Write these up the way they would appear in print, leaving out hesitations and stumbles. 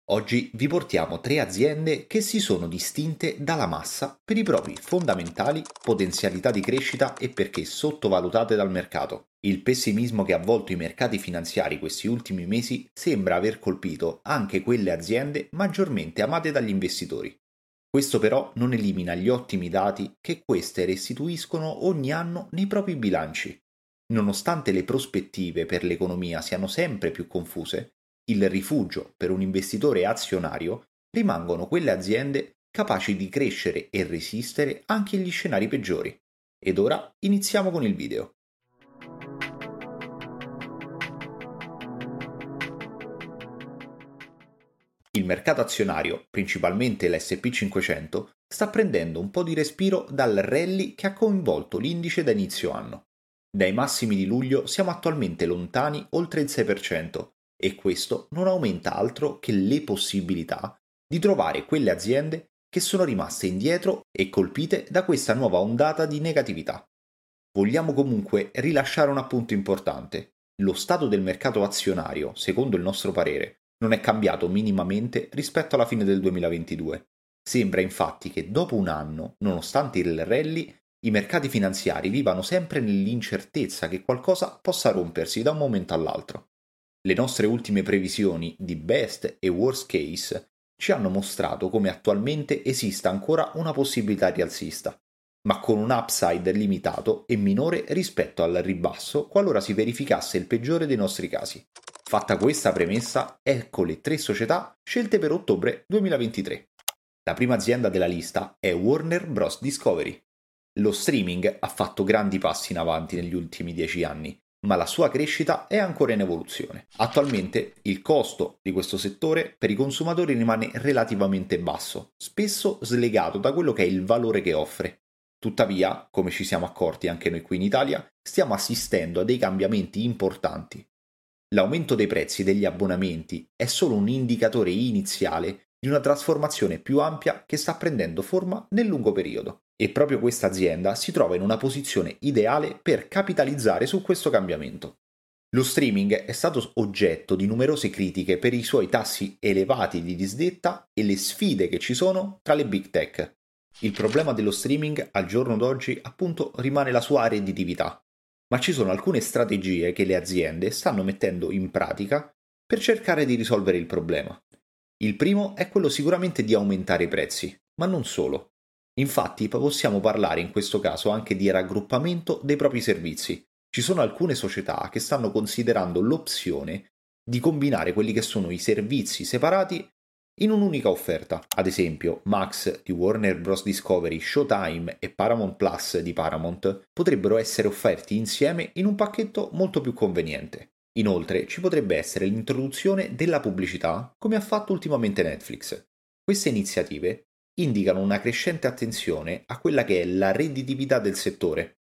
Oggi vi portiamo tre aziende che si sono distinte dalla massa per i propri fondamentali, potenzialità di crescita e perché sottovalutate dal mercato. Il pessimismo che ha avvolto i mercati finanziari questi ultimi mesi sembra aver colpito anche quelle aziende maggiormente amate dagli investitori. Questo però non elimina gli ottimi dati che queste restituiscono ogni anno nei propri bilanci. Nonostante le prospettive per l'economia siano sempre più confuse, il rifugio per un investitore azionario rimangono quelle aziende capaci di crescere e resistere anche agli scenari peggiori. Ed ora iniziamo con il video. Il mercato azionario, principalmente l'S&P 500, sta prendendo un po' di respiro dal rally che ha coinvolto l'indice da inizio anno. Dai massimi di luglio siamo attualmente lontani oltre il 6% e questo non aumenta altro che le possibilità di trovare quelle aziende che sono rimaste indietro e colpite da questa nuova ondata di negatività. Vogliamo comunque rilasciare un appunto importante. Lo stato del mercato azionario, secondo il nostro parere, non è cambiato minimamente rispetto alla fine del 2022. Sembra infatti che dopo un anno, nonostante il rally, i mercati finanziari vivano sempre nell'incertezza che qualcosa possa rompersi da un momento all'altro. Le nostre ultime previsioni di best e worst case ci hanno mostrato come attualmente esista ancora una possibilità rialzista, ma con un upside limitato e minore rispetto al ribasso qualora si verificasse il peggiore dei nostri casi. Fatta questa premessa, ecco le tre società scelte per ottobre 2023. La prima azienda della lista è Warner Bros. Discovery. Lo streaming ha fatto grandi passi in avanti negli ultimi 10 anni, ma la sua crescita è ancora in evoluzione. Attualmente il costo di questo settore per i consumatori rimane relativamente basso, spesso slegato da quello che è il valore che offre. Tuttavia, come ci siamo accorti anche noi qui in Italia, stiamo assistendo a dei cambiamenti importanti. L'aumento dei prezzi degli abbonamenti è solo un indicatore iniziale di una trasformazione più ampia che sta prendendo forma nel lungo periodo. E proprio questa azienda si trova in una posizione ideale per capitalizzare su questo cambiamento. Lo streaming è stato oggetto di numerose critiche per i suoi tassi elevati di disdetta e le sfide che ci sono tra le big tech. Il problema dello streaming al giorno d'oggi appunto rimane la sua redditività, ma ci sono alcune strategie che le aziende stanno mettendo in pratica per cercare di risolvere il problema. Il primo è quello sicuramente di aumentare i prezzi, ma non solo. Infatti possiamo parlare in questo caso anche di raggruppamento dei propri servizi. Ci sono alcune società che stanno considerando l'opzione di combinare quelli che sono i servizi separati in un'unica offerta. Ad esempio, Max di Warner Bros. Discovery, Showtime e Paramount Plus di Paramount potrebbero essere offerti insieme in un pacchetto molto più conveniente. Inoltre, ci potrebbe essere l'introduzione della pubblicità, come ha fatto ultimamente Netflix. Queste iniziative indicano una crescente attenzione a quella che è la redditività del settore,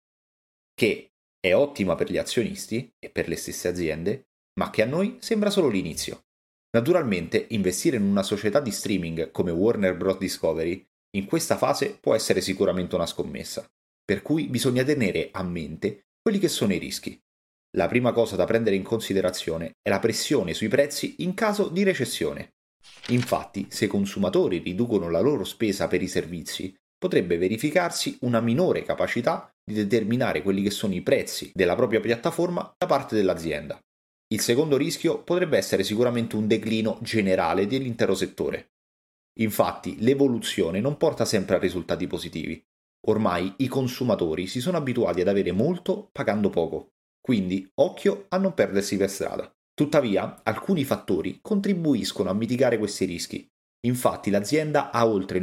che è ottima per gli azionisti e per le stesse aziende, ma che a noi sembra solo l'inizio. Naturalmente, investire in una società di streaming come Warner Bros. Discovery in questa fase può essere sicuramente una scommessa, per cui bisogna tenere a mente quelli che sono i rischi. La prima cosa da prendere in considerazione è la pressione sui prezzi in caso di recessione. Infatti, se i consumatori riducono la loro spesa per i servizi, potrebbe verificarsi una minore capacità di determinare quelli che sono i prezzi della propria piattaforma da parte dell'azienda. Il secondo rischio potrebbe essere sicuramente un declino generale dell'intero settore. Infatti, l'evoluzione non porta sempre a risultati positivi. Ormai i consumatori si sono abituati ad avere molto pagando poco, quindi occhio a non perdersi per strada. Tuttavia, alcuni fattori contribuiscono a mitigare questi rischi. Infatti, l'azienda ha oltre il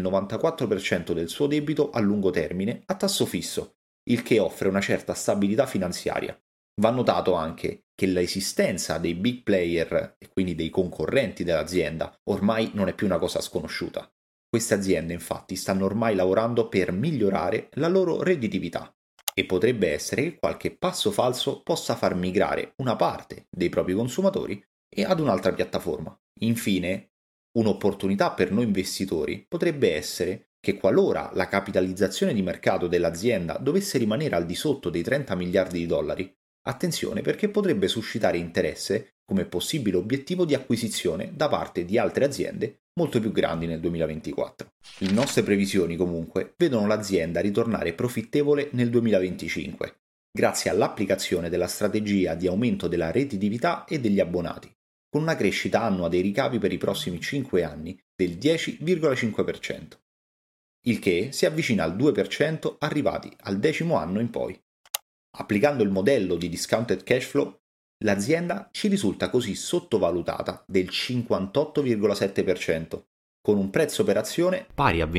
94% del suo debito a lungo termine a tasso fisso, il che offre una certa stabilità finanziaria. Va notato anche che l'esistenza dei big player e quindi dei concorrenti dell'azienda ormai non è più una cosa sconosciuta. Queste aziende infatti stanno ormai lavorando per migliorare la loro redditività e potrebbe essere che qualche passo falso possa far migrare una parte dei propri consumatori e ad un'altra piattaforma. Infine, un'opportunità per noi investitori potrebbe essere che qualora la capitalizzazione di mercato dell'azienda dovesse rimanere al di sotto dei 30 miliardi di dollari, attenzione perché potrebbe suscitare interesse come possibile obiettivo di acquisizione da parte di altre aziende molto più grandi nel 2024. Le nostre previsioni comunque vedono l'azienda ritornare profittevole nel 2025, grazie all'applicazione della strategia di aumento della redditività e degli abbonati, con una crescita annua dei ricavi per i prossimi 5 anni del 10,5%, il che si avvicina al 2% arrivati al 10° anno in poi. Applicando il modello di discounted cash flow, l'azienda ci risulta così sottovalutata del 58,7%, con un prezzo per azione pari a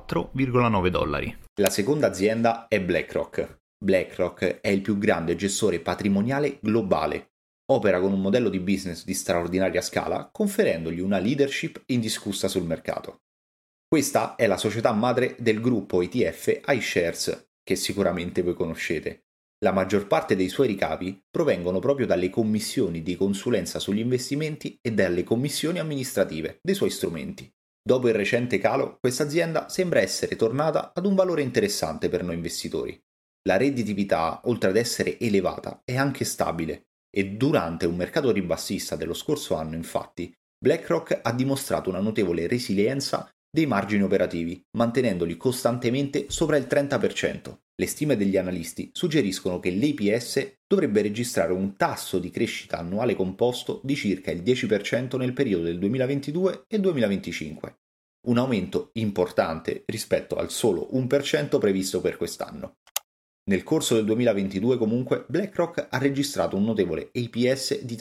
$24,9. La seconda azienda è BlackRock. BlackRock è il più grande gestore patrimoniale globale. Opera con un modello di business di straordinaria scala, conferendogli una leadership indiscussa sul mercato. Questa è la società madre del gruppo ETF iShares, che sicuramente voi conoscete. La maggior parte dei suoi ricavi provengono proprio dalle commissioni di consulenza sugli investimenti e dalle commissioni amministrative dei suoi strumenti. Dopo il recente calo, questa azienda sembra essere tornata ad un valore interessante per noi investitori. La redditività, oltre ad essere elevata, è anche stabile e durante un mercato ribassista dello scorso anno, infatti, BlackRock ha dimostrato una notevole resilienza dei margini operativi, mantenendoli costantemente sopra il 30%. Le stime degli analisti suggeriscono che l'EPS dovrebbe registrare un tasso di crescita annuale composto di circa il 10% nel periodo del 2022 e 2025, un aumento importante rispetto al solo 1% previsto per quest'anno. Nel corso del 2022 comunque BlackRock ha registrato un notevole EPS di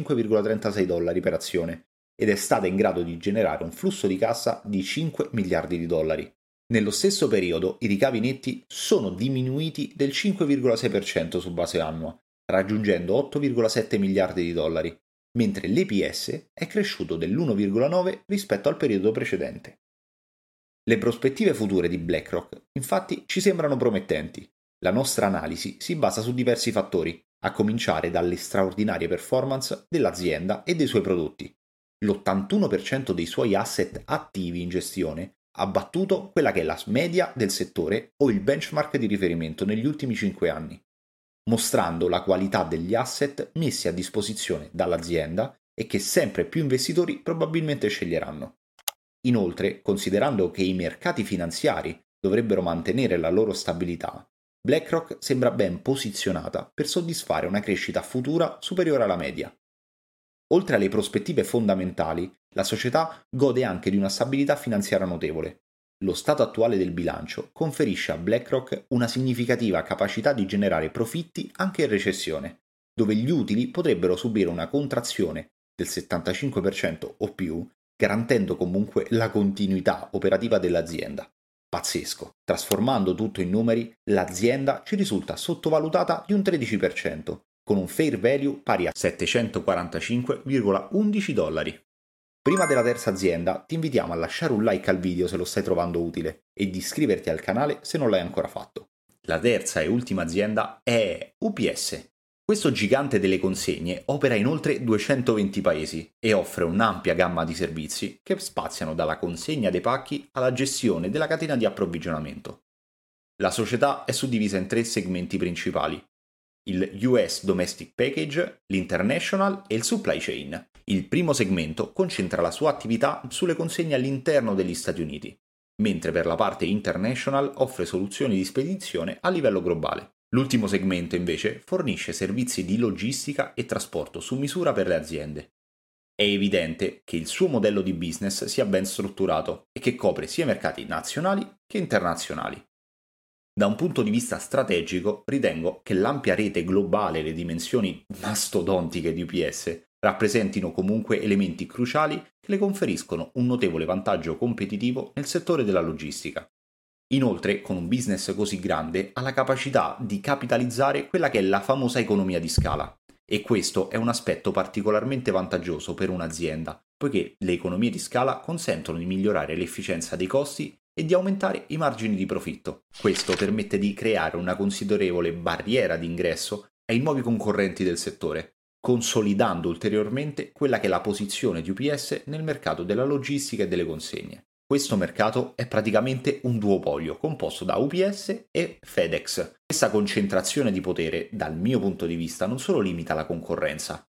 $35,36 per azione ed è stata in grado di generare un flusso di cassa di $5 miliardi. Nello stesso periodo i ricavi netti sono diminuiti del 5,6% su base annua, raggiungendo $8,7 miliardi, mentre l'EPS è cresciuto dell'1,9 rispetto al periodo precedente. Le prospettive future di BlackRock, infatti, ci sembrano promettenti. La nostra analisi si basa su diversi fattori, a cominciare dalle straordinarie performance dell'azienda e dei suoi prodotti. L'81% dei suoi asset attivi in gestione ha battuto quella che è la media del settore o il benchmark di riferimento negli ultimi 5 anni, mostrando la qualità degli asset messi a disposizione dall'azienda e che sempre più investitori probabilmente sceglieranno. Inoltre, considerando che i mercati finanziari dovrebbero mantenere la loro stabilità, BlackRock sembra ben posizionata per soddisfare una crescita futura superiore alla media. Oltre alle prospettive fondamentali, la società gode anche di una stabilità finanziaria notevole. Lo stato attuale del bilancio conferisce a BlackRock una significativa capacità di generare profitti anche in recessione, dove gli utili potrebbero subire una contrazione del 75% o più, garantendo comunque la continuità operativa dell'azienda. Pazzesco. Trasformando tutto in numeri, l'azienda ci risulta sottovalutata di un 13%, con un fair value pari a $745,11. Prima della terza azienda ti invitiamo a lasciare un like al video se lo stai trovando utile e di iscriverti al canale se non l'hai ancora fatto. La terza e ultima azienda è UPS. Questo gigante delle consegne opera in oltre 220 paesi e offre un'ampia gamma di servizi che spaziano dalla consegna dei pacchi alla gestione della catena di approvvigionamento. La società è suddivisa in 3 segmenti principali: il US Domestic Package, l'International e il Supply Chain. Il primo segmento concentra la sua attività sulle consegne all'interno degli Stati Uniti, mentre per la parte International offre soluzioni di spedizione a livello globale. L'ultimo segmento invece fornisce servizi di logistica e trasporto su misura per le aziende. È evidente che il suo modello di business sia ben strutturato e che copre sia mercati nazionali che internazionali. Da un punto di vista strategico, ritengo che l'ampia rete globale e le dimensioni mastodontiche di UPS rappresentino comunque elementi cruciali che le conferiscono un notevole vantaggio competitivo nel settore della logistica. Inoltre, con un business così grande, ha la capacità di capitalizzare quella che è la famosa economia di scala. E questo è un aspetto particolarmente vantaggioso per un'azienda, poiché le economie di scala consentono di migliorare l'efficienza dei costi e di aumentare i margini di profitto. Questo permette di creare una considerevole barriera di ingresso ai nuovi concorrenti del settore, consolidando ulteriormente quella che è la posizione di UPS nel mercato della logistica e delle consegne. Questo mercato è praticamente un duopolio composto da UPS e FedEx. Questa concentrazione di potere, dal mio punto di vista, non solo limita la concorrenza,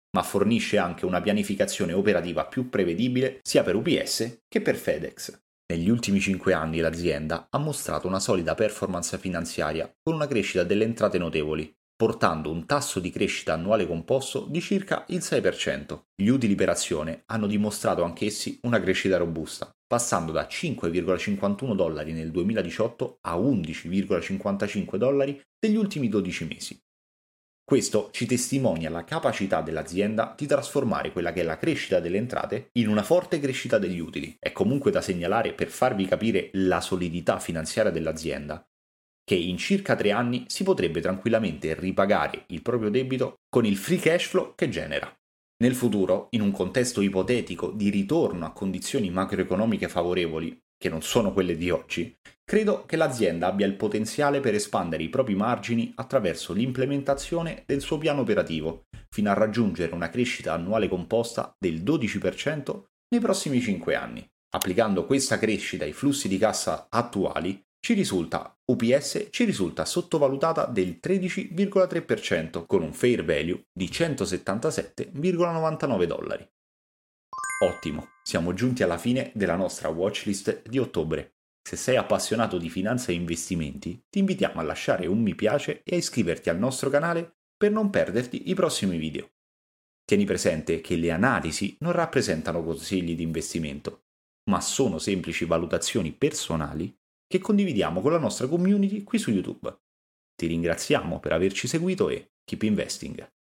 ma fornisce anche una pianificazione operativa più prevedibile sia per UPS che per FedEx. Negli ultimi 5 anni l'azienda ha mostrato una solida performance finanziaria con una crescita delle entrate notevoli, portando un tasso di crescita annuale composto di circa il 6%. Gli utili per azione hanno dimostrato anch'essi una crescita robusta, passando da $5,51 nel 2018 a $11,55 negli ultimi 12 mesi. Questo ci testimonia la capacità dell'azienda di trasformare quella che è la crescita delle entrate in una forte crescita degli utili. È comunque da segnalare, per farvi capire la solidità finanziaria dell'azienda, che in circa 3 anni si potrebbe tranquillamente ripagare il proprio debito con il free cash flow che genera. Nel futuro, in un contesto ipotetico di ritorno a condizioni macroeconomiche favorevoli, che non sono quelle di oggi, credo che l'azienda abbia il potenziale per espandere i propri margini attraverso l'implementazione del suo piano operativo, fino a raggiungere una crescita annuale composta del 12% nei prossimi 5 anni. Applicando questa crescita ai flussi di cassa attuali, UPS ci risulta sottovalutata del 13,3% con un fair value di $177,99. Ottimo, siamo giunti alla fine della nostra watchlist di ottobre. Se sei appassionato di finanza e investimenti, ti invitiamo a lasciare un mi piace e a iscriverti al nostro canale per non perderti i prossimi video. Tieni presente che le analisi non rappresentano consigli di investimento, ma sono semplici valutazioni personali che condividiamo con la nostra community qui su YouTube. Ti ringraziamo per averci seguito e keep investing!